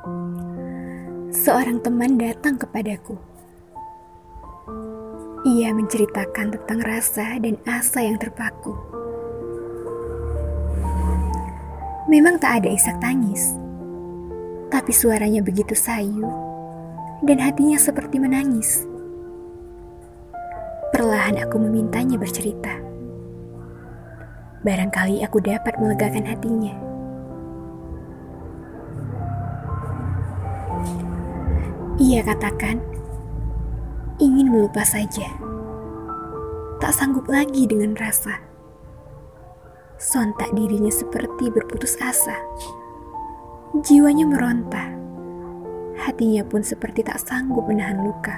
Seorang teman datang kepadaku. Ia menceritakan tentang rasa dan asa yang terpaku. Memang tak ada isak tangis, tapi suaranya begitu sayu dan hatinya seperti menangis. Perlahan aku memintanya bercerita. Barangkali aku dapat melegakan hatinya. Ia katakan, ingin melupa saja. Tak sanggup lagi dengan rasa. Sontak dirinya seperti berputus asa. Jiwanya meronta. Hatinya pun seperti tak sanggup menahan luka.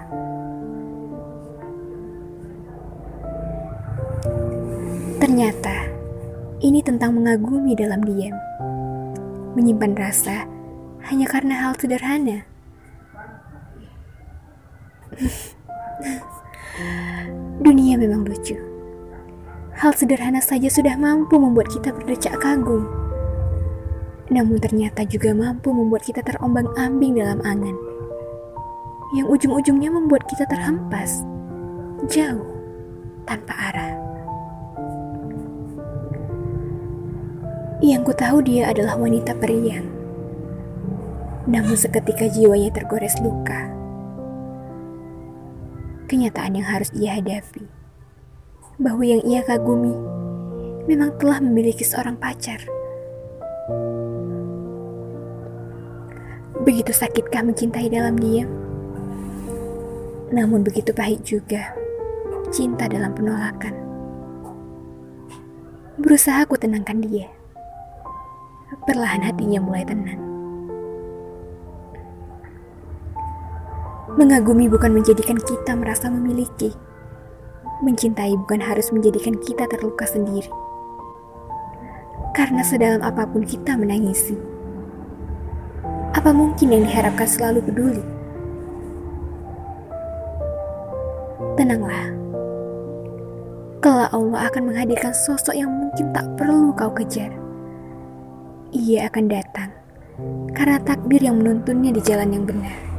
Ternyata, ini tentang mengagumi dalam diam. Menyimpan rasa hanya karena hal sederhana. Dunia memang lucu. Hal sederhana saja sudah mampu membuat kita berdecak kagum. Namun ternyata juga mampu membuat kita terombang-ambing dalam angan. Yang ujung-ujungnya membuat kita terhempas, jauh, tanpa arah. Yang ku tahu dia adalah wanita periang. Namun seketika jiwanya tergores luka. Kenyataan yang harus ia hadapi, bahwa yang ia kagumi memang telah memiliki seorang pacar. Begitu sakitkah mencintai dalam diam? Namun begitu pahit juga cinta dalam penolakan. Berusaha ku tenangkan dia. Perlahan hatinya mulai tenang. Mengagumi bukan menjadikan kita merasa memiliki. Mencintai bukan harus menjadikan kita terluka sendiri. Karena sedalam apapun kita menangisi, apa mungkin yang diharapkan selalu peduli? Tenanglah. Kelak Allah akan menghadirkan sosok yang mungkin tak perlu kau kejar. Ia akan datang karena takdir yang menuntunnya di jalan yang benar.